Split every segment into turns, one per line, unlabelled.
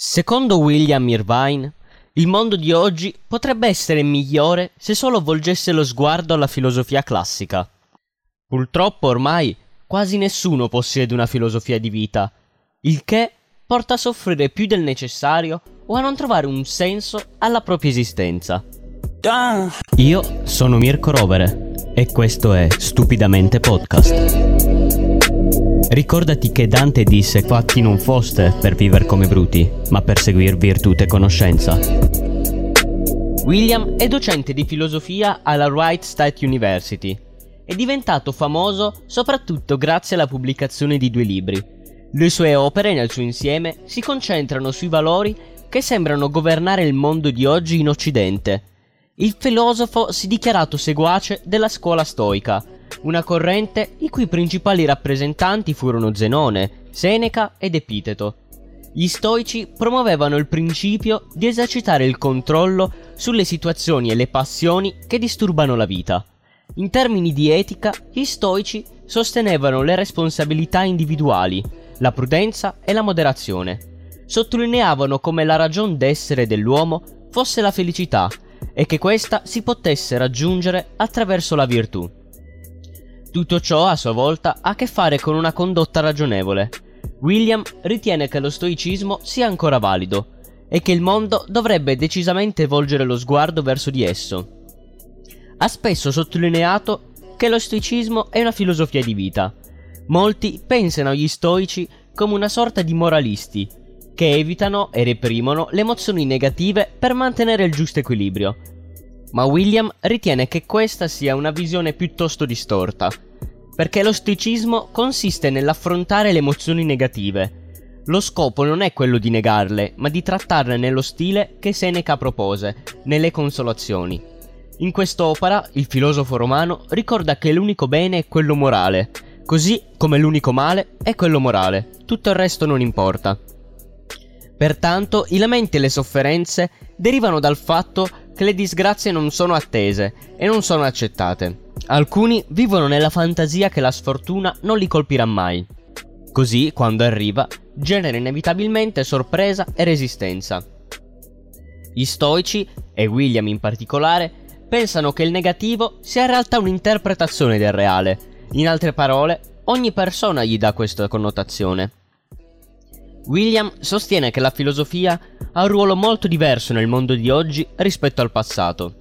Secondo William Irvine, il mondo di oggi potrebbe essere migliore se solo volgesse lo sguardo alla filosofia classica. Purtroppo ormai quasi nessuno possiede una filosofia di vita, il che porta a soffrire più del necessario o a non trovare un senso alla propria esistenza. Io sono Mirko Rovere e questo è Stupidamente Podcast. Ricordati che Dante disse: fatti non foste per vivere come bruti, ma per seguir virtù e conoscenza. William è docente di filosofia alla Wright State University. È diventato famoso soprattutto grazie alla pubblicazione di 2 libri. Le sue opere nel suo insieme si concentrano sui valori che sembrano governare il mondo di oggi in Occidente. Il filosofo si è dichiarato seguace della scuola stoica, una corrente i cui principali rappresentanti furono Zenone, Seneca ed Epiteto. Gli stoici promuovevano il principio di esercitare il controllo sulle situazioni e le passioni che disturbano la vita. In termini di etica, gli stoici sostenevano le responsabilità individuali, la prudenza e la moderazione. Sottolineavano come la ragion d'essere dell'uomo fosse la felicità e che questa si potesse raggiungere attraverso la virtù. Tutto ciò a sua volta ha a che fare con una condotta ragionevole. William ritiene che lo stoicismo sia ancora valido e che il mondo dovrebbe decisamente volgere lo sguardo verso di esso. Ha spesso sottolineato che lo stoicismo è una filosofia di vita. Molti pensano agli stoici come una sorta di moralisti che evitano e reprimono le emozioni negative per mantenere il giusto equilibrio. Ma William ritiene che questa sia una visione piuttosto distorta, perché lo stoicismo consiste nell'affrontare le emozioni negative. Lo scopo non è quello di negarle, ma di trattarle nello stile che Seneca propose, nelle Consolazioni. In quest'opera, il filosofo romano ricorda che l'unico bene è quello morale, così come l'unico male è quello morale, tutto il resto non importa. Pertanto, i lamenti e le sofferenze derivano dal fatto che le disgrazie non sono attese e non sono accettate. Alcuni vivono nella fantasia che la sfortuna non li colpirà mai. Così, quando arriva, genera inevitabilmente sorpresa e resistenza. Gli stoici, e William in particolare, pensano che il negativo sia in realtà un'interpretazione del reale. In altre parole, ogni persona gli dà questa connotazione. William sostiene che la filosofia ha un ruolo molto diverso nel mondo di oggi rispetto al passato.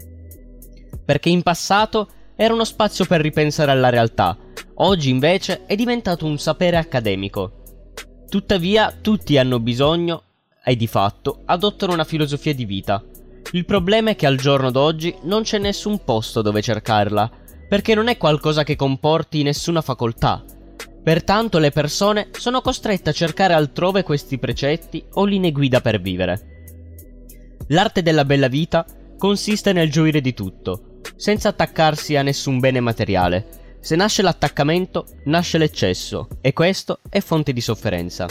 Perché in passato era uno spazio per ripensare alla realtà, oggi invece è diventato un sapere accademico. Tuttavia tutti hanno bisogno, e di fatto, adottano una filosofia di vita. Il problema è che al giorno d'oggi non c'è nessun posto dove cercarla, perché non è qualcosa che comporti nessuna facoltà. Pertanto le persone sono costrette a cercare altrove questi precetti o linee guida per vivere. L'arte della bella vita consiste nel gioire di tutto, senza attaccarsi a nessun bene materiale. Se nasce l'attaccamento, nasce l'eccesso, e questo è fonte di sofferenza.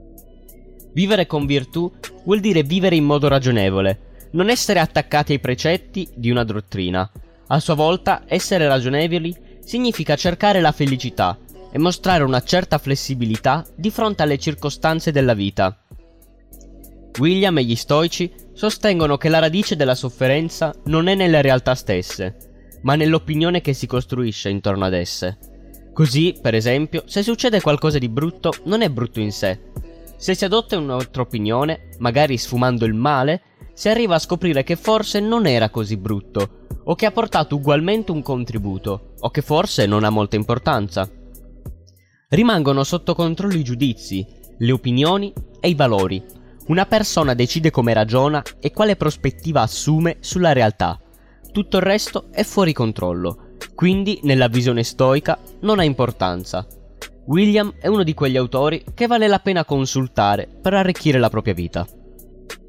Vivere con virtù vuol dire vivere in modo ragionevole, non essere attaccati ai precetti di una dottrina. A sua volta, essere ragionevoli significa cercare la felicità e mostrare una certa flessibilità di fronte alle circostanze della vita. William e gli stoici sostengono che la radice della sofferenza non è nelle realtà stesse, ma nell'opinione che si costruisce intorno ad esse. Così, per esempio, se succede qualcosa di brutto, non è brutto in sé. Se si adotta un'altra opinione, magari sfumando il male, si arriva a scoprire che forse non era così brutto, o che ha portato ugualmente un contributo, o che forse non ha molta importanza. Rimangono sotto controllo i giudizi, le opinioni e i valori. Una persona decide come ragiona e quale prospettiva assume sulla realtà. Tutto il resto è fuori controllo, quindi nella visione stoica non ha importanza. William è uno di quegli autori che vale la pena consultare per arricchire la propria vita.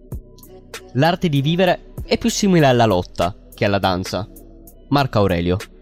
L'arte di vivere è più simile alla lotta che alla danza. Marco Aurelio.